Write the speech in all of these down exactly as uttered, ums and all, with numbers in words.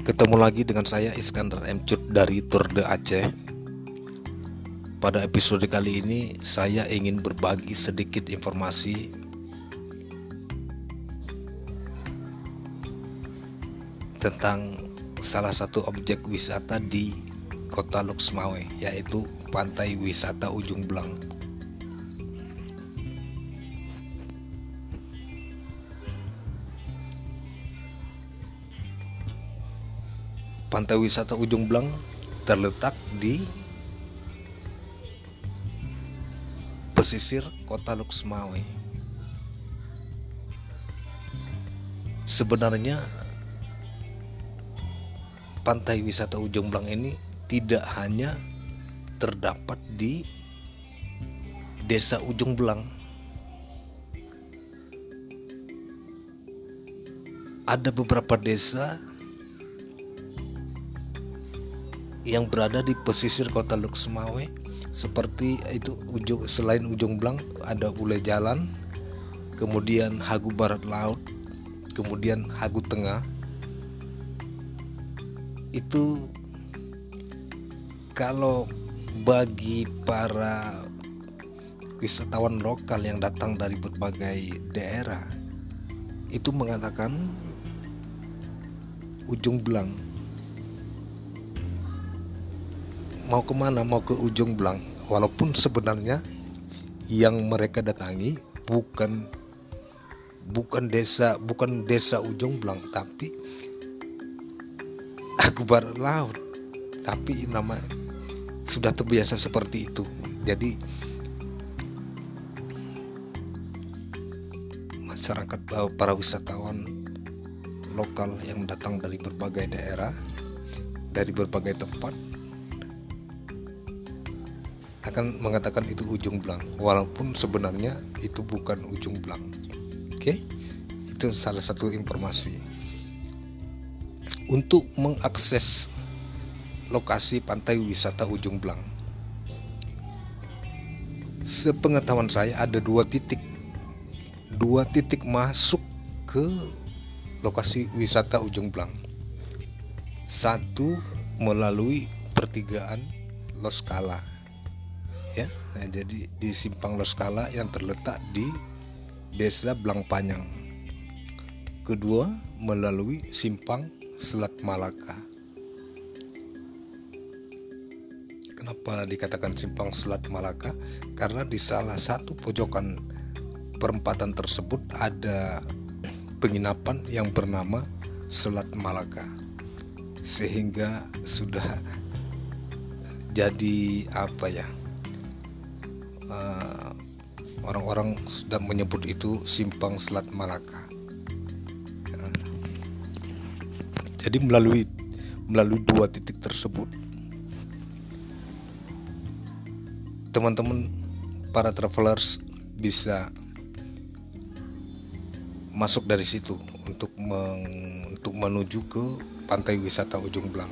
Ketemu lagi dengan saya Iskandar M. Cut dari Tour de Aceh. Pada episode kali ini saya ingin berbagi sedikit informasi tentang salah satu objek wisata di Kota Lux Mawai, yaitu Pantai Wisata Ujung Blang. Pantai Wisata Ujung Blang terletak di pesisir Kota Lux Mawai. Sebenarnya Pantai Wisata Ujung Blang ini tidak hanya terdapat di Desa Ujung Blang. Ada beberapa desa yang berada di pesisir Kota Lux Mawai, seperti itu ujung selain Ujung Blang ada Ule Jalan, kemudian Hagu Barat Laut, kemudian Hagu Tengah. Itu kalau bagi para wisatawan lokal yang datang dari berbagai daerah, itu mengatakan Ujung Blang. Mau kemana? Mau ke Ujung Blang. Walaupun sebenarnya yang mereka datangi bukan bukan desa bukan desa Ujung Blang, tapi Hagu Barat Laut. Tapi nama sudah terbiasa seperti itu. Jadi masyarakat, para wisatawan lokal yang datang dari berbagai daerah, dari berbagai tempat, akan mengatakan itu Ujung Blang, walaupun sebenarnya itu bukan Ujung Blang. Oke, itu salah satu informasi. Untuk mengakses lokasi Pantai Wisata Ujung Blang, sepengetahuan saya ada dua titik, dua titik masuk ke lokasi wisata Ujung Blang. Satu melalui pertigaan Loskala. Ya, nah, jadi di Simpang Loskala yang terletak di Desa Blang Panyang. Kedua, melalui Simpang Selat Malaka. Kenapa dikatakan Simpang Selat Malaka? Karena di salah satu pojokan perempatan tersebut ada penginapan yang bernama Selat Malaka, sehingga sudah jadi apa ya? Uh, orang-orang sudah menyebut itu Simpang Selat Malaka. Ya. Jadi melalui melalui dua titik tersebut, teman-teman para travelers bisa masuk dari situ untuk meng, untuk menuju ke Pantai Wisata Ujung Blang.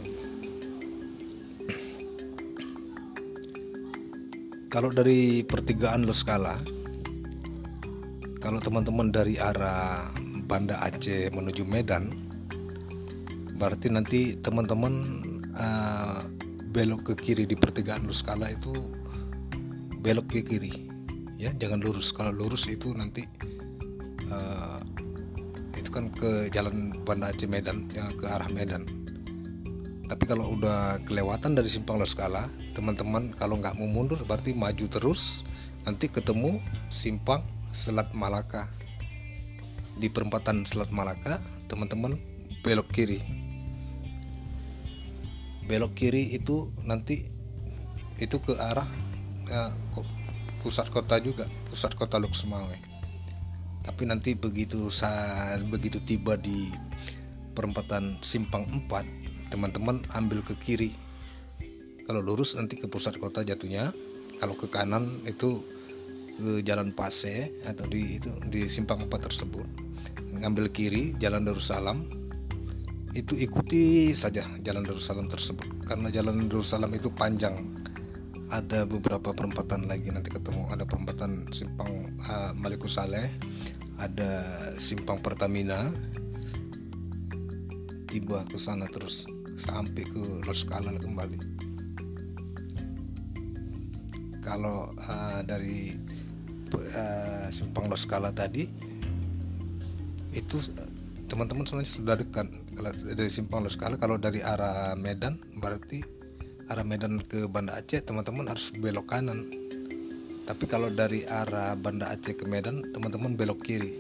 Kalau dari pertigaan Loskala, kalau teman-teman dari arah Banda Aceh menuju Medan, berarti nanti teman-teman uh, belok ke kiri di pertigaan Loskala, itu belok ke kiri, ya, jangan lurus. Kalau lurus itu nanti uh, itu kan ke jalan Banda Aceh Medan, yang ke arah Medan. Tapi kalau udah kelewatan dari Simpang Loskala, teman-teman kalau nggak mau mundur berarti maju terus, nanti ketemu Simpang Selat Malaka. Di perempatan Selat Malaka, teman-teman belok kiri. Belok kiri itu nanti itu ke arah ya, pusat kota juga, pusat kota Lux Mawai. Tapi nanti begitu saat begitu tiba di perempatan Simpang empat, teman-teman ambil ke kiri. Kalau lurus nanti ke pusat kota jatuhnya. Kalau ke kanan itu ke Jalan Pase atau di itu di Simpang empat tersebut. Ngambil kiri Jalan Darussalam. Itu ikuti saja Jalan Darussalam tersebut, karena Jalan Darussalam itu panjang. Ada beberapa perempatan lagi nanti ketemu. Ada perempatan Simpang uh, Maliku Saleh, ada Simpang Pertamina, tiba ke sana terus sampai ke Loskala kembali. Kalau uh, dari uh, Simpang Loskala tadi itu teman-teman sebenarnya sudah dekat. Kalau dari Simpang Loskala, kalau dari arah Medan berarti arah Medan ke Banda Aceh teman-teman harus belok kanan. Tapi kalau dari arah Banda Aceh ke Medan teman-teman belok kiri.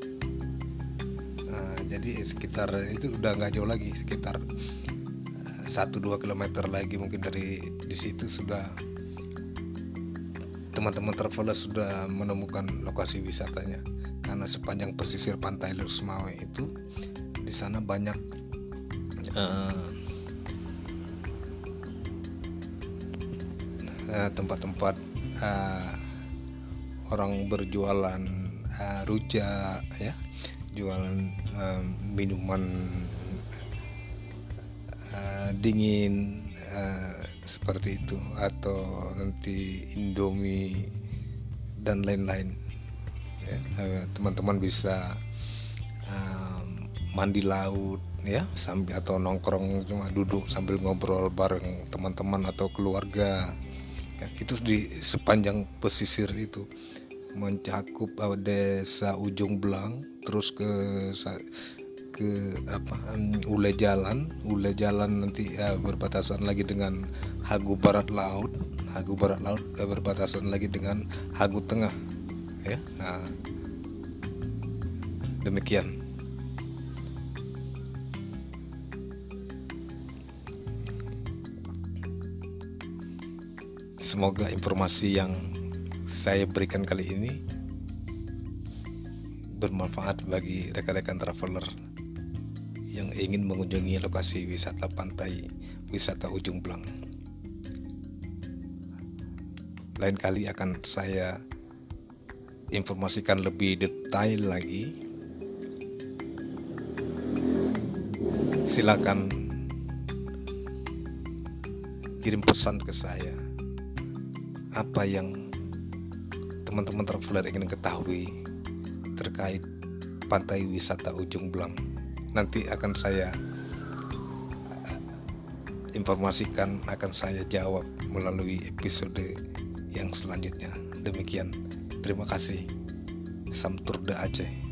Nah, jadi sekitar itu udah nggak jauh lagi, sekitar satu dua kilometer lagi mungkin dari di situ sudah teman-teman traveler sudah menemukan lokasi wisatanya. Karena sepanjang pesisir pantai Lusmawe itu di sana banyak uh, uh, tempat-tempat uh, orang berjualan uh, rujak, ya, jualan uh, minuman uh, dingin uh, seperti itu, atau nanti Indomie dan lain-lain, ya. Uh, teman-teman bisa uh, mandi laut, ya, sambil atau nongkrong cuma duduk sambil ngobrol bareng teman-teman atau keluarga, ya, itu di sepanjang pesisir itu mencakup uh, desa Ujung Blang, terus ke ke apa Ule Jalan, Ule Jalan nanti uh, berbatasan lagi dengan Hagu Barat Laut, Hagu Barat Laut uh, berbatasan lagi dengan Hagu Tengah, ya. Nah, demikian. Semoga informasi yang saya berikan kali ini bermanfaat bagi rekan-rekan traveler yang ingin mengunjungi lokasi wisata pantai wisata Ujung Blang. Lain kali akan saya informasikan lebih detail lagi. Silakan kirim pesan ke saya apa yang teman-teman traveler ingin ketahui terkait pantai wisata Ujung Blang. Nanti akan saya informasikan, akan saya jawab melalui episode yang selanjutnya. Demikian, terima kasih. Samturda Aceh.